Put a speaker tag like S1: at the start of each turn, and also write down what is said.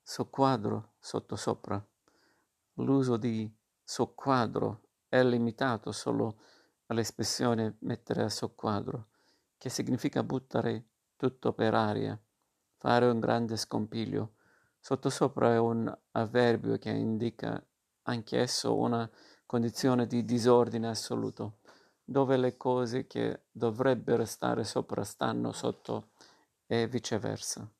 S1: soqquadro, sottosopra. L'uso di soqquadro è limitato solo all'espressione mettere a soqquadro, che significa buttare tutto per aria, fare un grande scompiglio. Sottosopra è un avverbio che indica anch'esso una condizione di disordine assoluto, dove le cose che dovrebbero stare sopra stanno sotto e viceversa.